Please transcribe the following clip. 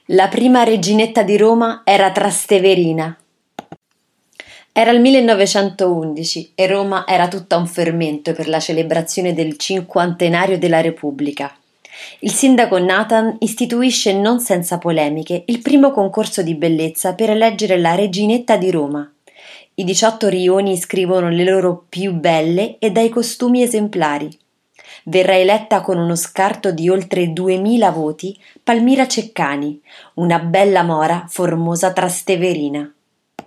La prima reginetta di Roma era Trasteverina. Era il 1911 e Roma era tutta un fermento per la celebrazione del cinquantenario della Repubblica. Il sindaco Nathan istituisce non senza polemiche il primo concorso di bellezza per eleggere la reginetta di Roma. I 18 rioni iscrivono le loro più belle e dai costumi esemplari. Verrà eletta con uno scarto di oltre 2000 voti Palmira Ceccani, una bella mora formosa trasteverina.